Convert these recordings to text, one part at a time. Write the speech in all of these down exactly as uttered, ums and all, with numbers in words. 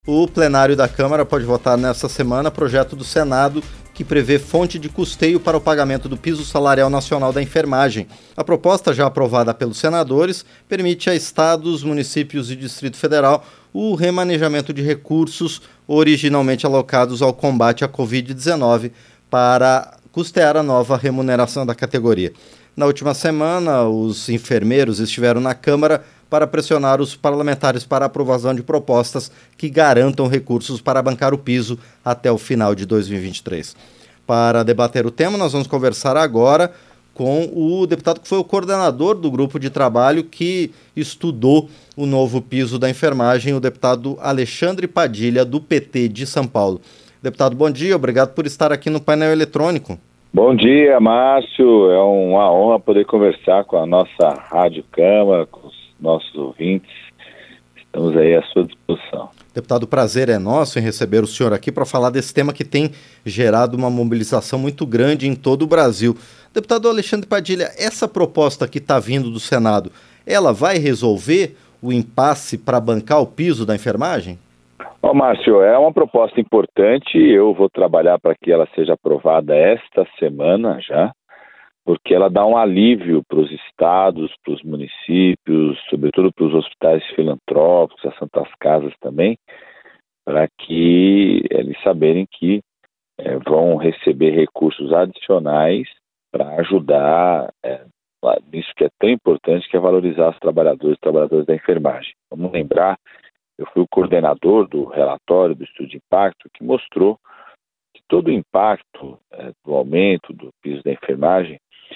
O plenário da Câmara pode votar nesta semana projeto do Senado que prevê fonte de custeio para o pagamento do piso salarial nacional da enfermagem. A proposta, já aprovada pelos senadores, permite a estados, municípios e Distrito Federal o remanejamento de recursos originalmente alocados ao combate à covid dezenove para custear a nova remuneração da categoria. Na última semana, os enfermeiros estiveram na Câmara para pressionar os parlamentares para a aprovação de propostas que garantam recursos para bancar o piso até o final de dois mil e vinte e três. Para debater o tema, nós vamos conversar agora com o deputado que foi o coordenador do grupo de trabalho que estudou o novo piso da enfermagem, o deputado Alexandre Padilha, do P T de São Paulo. Deputado, bom dia, obrigado por estar aqui no painel eletrônico. Bom dia, Márcio, é uma honra poder conversar com a nossa Rádio Câmara, com os nossos ouvintes, estamos aí à sua disposição. Deputado, o prazer é nosso em receber o senhor aqui para falar desse tema que tem gerado uma mobilização muito grande em todo o Brasil. Deputado Alexandre Padilha, essa proposta que está vindo do Senado, ela vai resolver o impasse para bancar o piso da enfermagem? Ó, Márcio, é uma proposta importante, eu vou trabalhar para que ela seja aprovada esta semana já, porque ela dá um alívio para os estados, para os municípios, sobretudo para os hospitais filantrópicos, as santas casas também, para que eles saberem que é, vão receber recursos adicionais para ajudar é, nisso que é tão importante, que é valorizar os trabalhadores e trabalhadoras da enfermagem. Vamos lembrar, eu fui o coordenador do relatório do estudo de impacto que mostrou que todo o impacto é, do aumento do piso da enfermagem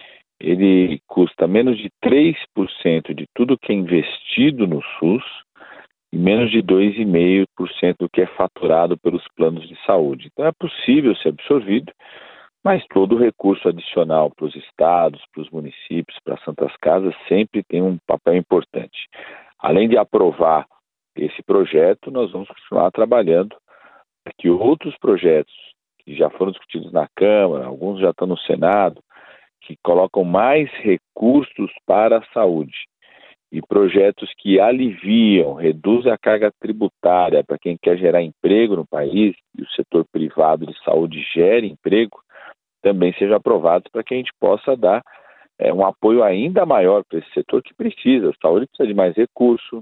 ele custa menos de três por cento de tudo que é investido no SUS e menos de dois vírgula cinco por cento do que é faturado pelos planos de saúde. Então é possível ser absorvido, mas todo o recurso adicional para os estados, para os municípios, para as santas casas, sempre tem um papel importante. Além de aprovar esse projeto, nós vamos continuar trabalhando para que outros projetos que já foram discutidos na Câmara, alguns já estão no Senado, que colocam mais recursos para a saúde e projetos que aliviam, reduzem a carga tributária para quem quer gerar emprego no país e o setor privado de saúde gere emprego, também sejam aprovados para que a gente possa dar é, um apoio ainda maior para esse setor que precisa. A saúde precisa de mais recurso,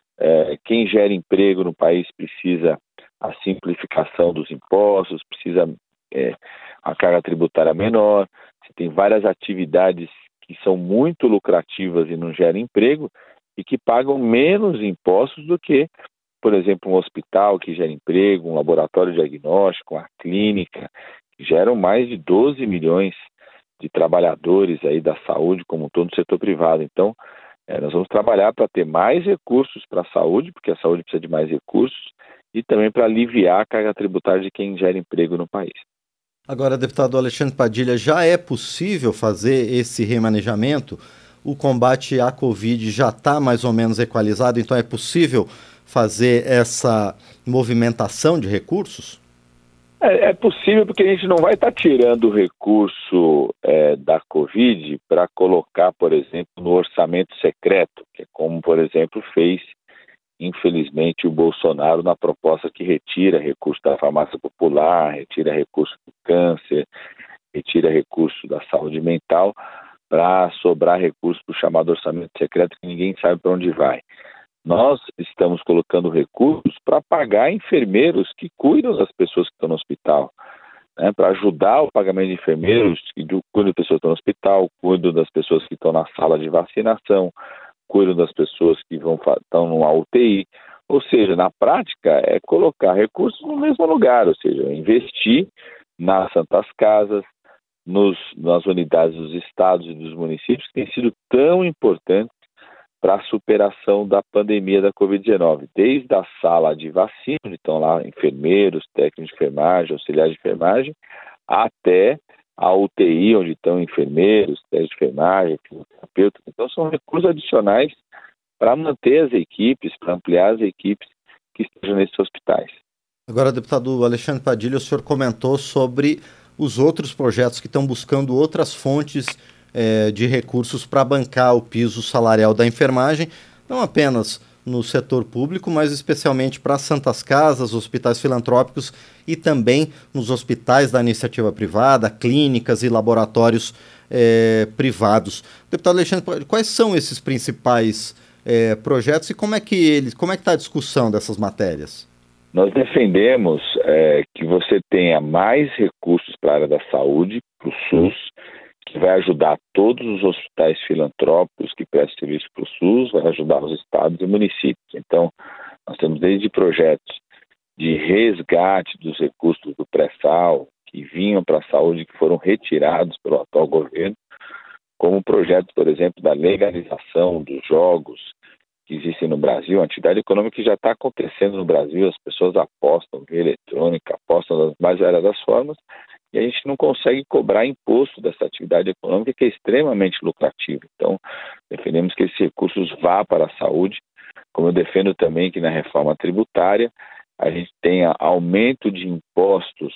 é, quem gera emprego no país precisa a simplificação dos impostos, precisa é, a carga tributária menor. Tem várias atividades que são muito lucrativas e não geram emprego e que pagam menos impostos do que, por exemplo, um hospital que gera emprego, um laboratório diagnóstico, uma clínica, que geram mais de doze milhões de trabalhadores aí da saúde como todo o setor privado. Então, é, nós vamos trabalhar para ter mais recursos para a saúde, porque a saúde precisa de mais recursos, e também para aliviar a carga tributária de quem gera emprego no país. Agora, deputado Alexandre Padilha, já é possível fazer esse remanejamento? O combate à Covid já está mais ou menos equalizado, então é possível fazer essa movimentação de recursos? É, é possível porque a gente não vai estar tá tirando o recurso é, da Covid para colocar, por exemplo, no orçamento secreto, que é como, por exemplo, fez infelizmente o Bolsonaro na proposta que retira recurso da farmácia popular, retira recurso do câncer, retira recurso da saúde mental para sobrar recurso para o chamado orçamento secreto que ninguém sabe para onde vai. Nós estamos colocando recursos para pagar enfermeiros que cuidam das pessoas que estão no hospital, né, para ajudar o pagamento de enfermeiros que cuidam das pessoas que estão no hospital, cuidam das pessoas que estão na sala de vacinação, cuidam das pessoas que vão, estão numa U T I, ou seja, na prática é colocar recursos no mesmo lugar, ou seja, investir nas santas casas, nos, nas unidades dos estados e dos municípios que têm sido tão importantes para a superação da pandemia da covid dezenove, desde a sala de vacina, onde estão lá enfermeiros, técnicos de enfermagem, auxiliares de enfermagem, até a U T I, onde estão enfermeiros, técnicos de enfermagem, fisioterapeutas. Então, são recursos adicionais para manter as equipes, para ampliar as equipes que estejam nesses hospitais. Agora, deputado Alexandre Padilha, o senhor comentou sobre os outros projetos que estão buscando outras fontes eh, de recursos para bancar o piso salarial da enfermagem, não apenas no setor público, mas especialmente para santas casas, hospitais filantrópicos e também nos hospitais da iniciativa privada, clínicas e laboratórios é, privados. Deputado Alexandre, quais são esses principais é, projetos e como é que eles, como é que está a discussão dessas matérias? Nós defendemos é, que você tenha mais recursos para a área da saúde, para o SUS, que vai ajudar todos os hospitais filantrópicos que prestam serviço para o SUS, vai ajudar os estados e municípios. Então, nós temos desde projetos de resgate dos recursos do pré-sal, que vinham para a saúde, que foram retirados pelo atual governo, como projetos, por exemplo, da legalização dos jogos que existem no Brasil, uma atividade econômica que já está acontecendo no Brasil, as pessoas apostam em eletrônica, apostam das mais variadas formas, e a gente não consegue cobrar imposto dessa atividade econômica que é extremamente lucrativa. Então, defendemos que esses recursos vá para a saúde, como eu defendo também que na reforma tributária a gente tenha aumento de impostos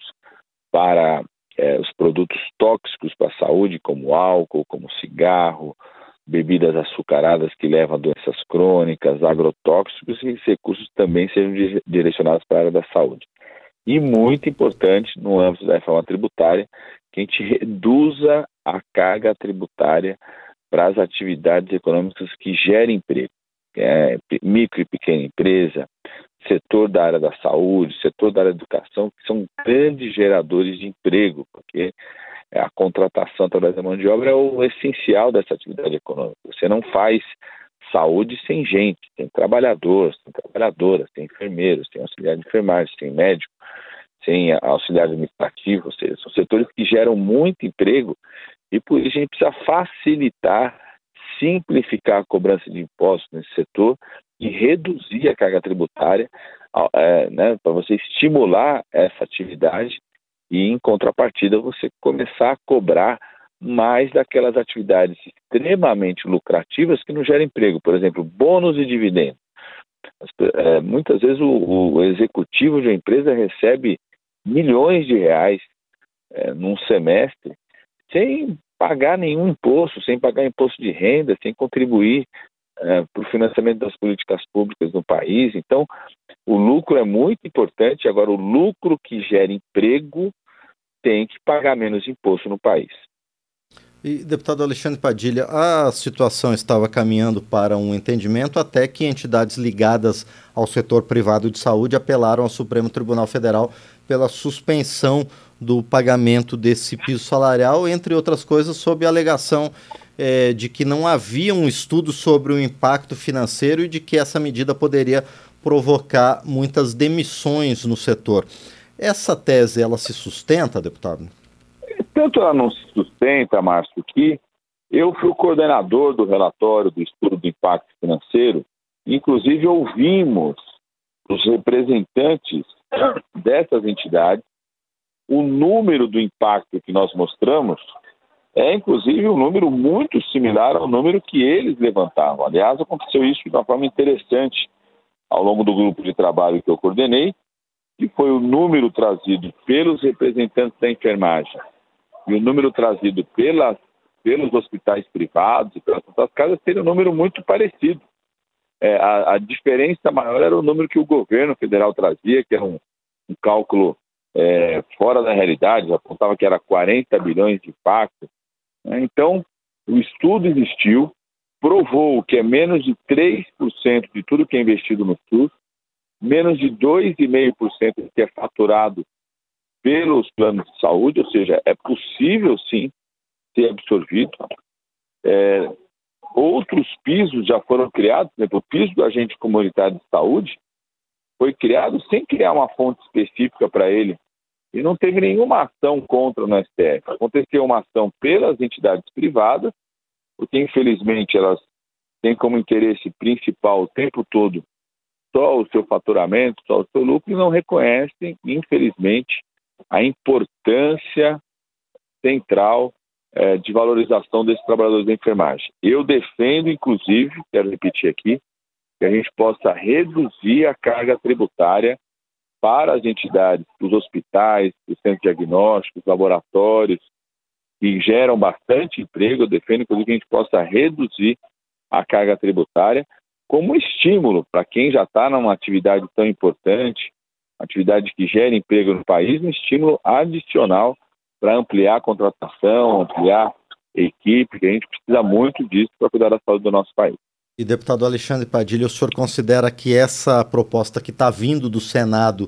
para é, os produtos tóxicos para a saúde, como álcool, como cigarro, bebidas açucaradas que levam a doenças crônicas, agrotóxicos, e esses recursos também sejam direcionados para a área da saúde. E muito importante, no âmbito da reforma tributária, que a gente reduza a carga tributária para as atividades econômicas que gerem emprego. É, micro e pequena empresa, setor da área da saúde, setor da área da educação, que são grandes geradores de emprego, porque a contratação através da mão de obra é o essencial dessa atividade econômica. Você não faz saúde sem gente, tem trabalhadores, tem trabalhadoras, tem enfermeiros, tem auxiliar de enfermagem, tem médico, tem auxiliar administrativo, ou seja, são setores que geram muito emprego e por isso a gente precisa facilitar, simplificar a cobrança de impostos nesse setor e reduzir a carga tributária é, né, para você estimular essa atividade e, em contrapartida, você começar a cobrar mais daquelas atividades extremamente lucrativas que não geram emprego. Por exemplo, bônus e dividendos. É, muitas vezes o, o executivo de uma empresa recebe milhões de reais é, num semestre sem pagar nenhum imposto, sem pagar imposto de renda, sem contribuir é, para o financiamento das políticas públicas no país. Então, o lucro é muito importante. Agora, o lucro que gera emprego tem que pagar menos imposto no país. E, deputado Alexandre Padilha, a situação estava caminhando para um entendimento até que entidades ligadas ao setor privado de saúde apelaram ao Supremo Tribunal Federal pela suspensão do pagamento desse piso salarial, entre outras coisas, sob a alegação eh, de que não havia um estudo sobre o impacto financeiro e de que essa medida poderia provocar muitas demissões no setor. Essa tese, ela se sustenta, deputado? Tanto ela não se sustenta, Márcio, que eu fui o coordenador do relatório do estudo do impacto financeiro, inclusive ouvimos os representantes dessas entidades. O número do impacto que nós mostramos é, inclusive, um número muito similar ao número que eles levantavam. Aliás, aconteceu isso de uma forma interessante ao longo do grupo de trabalho que eu coordenei, que foi o número trazido pelos representantes da enfermagem e o número trazido pelas, pelos hospitais privados e pelas outras casas teria um número muito parecido. É, a, a diferença maior era o número que o governo federal trazia, que era um, um cálculo é, fora da realidade, apontava que era quarenta bilhões de impacto. Né? Então, o estudo existiu, provou que é menos de três por cento de tudo que é investido no SUS, menos de dois vírgula cinco por cento do que é faturado pelos planos de saúde, ou seja, é possível sim ser absorvido. É, outros pisos já foram criados, por exemplo, o piso do agente comunitário de saúde foi criado sem criar uma fonte específica para ele e não teve nenhuma ação contra no S T F. Aconteceu uma ação pelas entidades privadas, porque infelizmente elas têm como interesse principal o tempo todo só o seu faturamento, só o seu lucro e não reconhecem, infelizmente, a importância central eh, de valorização desses trabalhadores da enfermagem. Eu defendo, inclusive, quero repetir aqui, que a gente possa reduzir a carga tributária para as entidades, para os hospitais, para os centros diagnósticos, laboratórios, que geram bastante emprego. Eu defendo, inclusive, que a gente possa reduzir a carga tributária como estímulo para quem já está numa atividade tão importante, atividade que gera emprego no país, um estímulo adicional para ampliar a contratação, ampliar a equipe, que a gente precisa muito disso para cuidar da saúde do nosso país. E, deputado Alexandre Padilha, o senhor considera que essa proposta que está vindo do Senado,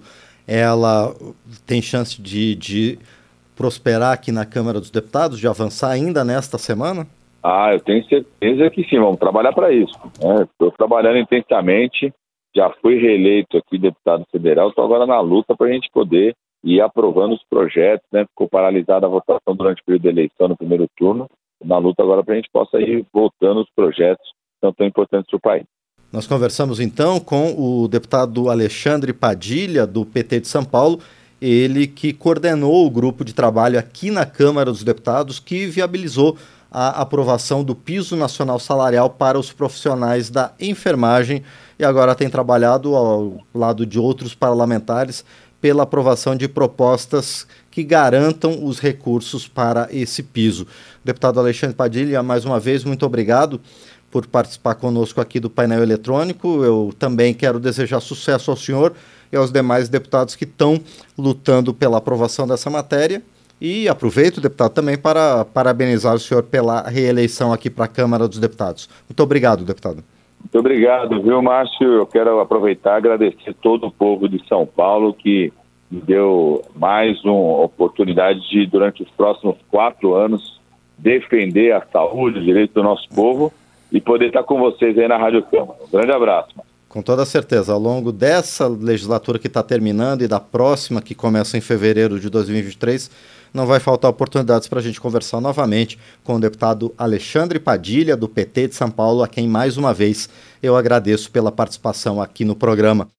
ela tem chance de, de prosperar aqui na Câmara dos Deputados, de avançar ainda nesta semana? Ah, eu tenho certeza que sim, vamos trabalhar para isso. Estou né? trabalhando intensamente, já fui reeleito aqui deputado federal, estou agora na luta para a gente poder ir aprovando os projetos, né? Ficou paralisada a votação durante o período da eleição no primeiro turno, na luta agora para a gente possa ir voltando os projetos que são tão importantes para o país. Nós conversamos então com o deputado Alexandre Padilha, do P T de São Paulo, ele que coordenou o grupo de trabalho aqui na Câmara dos Deputados que viabilizou a aprovação do piso nacional salarial para os profissionais da enfermagem e agora tem trabalhado ao lado de outros parlamentares pela aprovação de propostas que garantam os recursos para esse piso. Deputado Alexandre Padilha, mais uma vez, muito obrigado por participar conosco aqui do painel eletrônico. Eu também quero desejar sucesso ao senhor e aos demais deputados que estão lutando pela aprovação dessa matéria. E aproveito, deputado, também para parabenizar o senhor pela reeleição aqui para a Câmara dos Deputados. Muito obrigado, deputado. Muito obrigado, viu, Márcio? Eu quero aproveitar e agradecer todo o povo de São Paulo que me deu mais uma oportunidade de, durante os próximos quatro anos, defender a saúde, os direitos do nosso povo e poder estar com vocês aí na Rádio Câmara. Um grande abraço. Com toda certeza, ao longo dessa legislatura que está terminando e da próxima que começa em fevereiro de dois mil e vinte e três, não vai faltar oportunidades para a gente conversar novamente com o deputado Alexandre Padilha, do P T de São Paulo, a quem mais uma vez eu agradeço pela participação aqui no programa.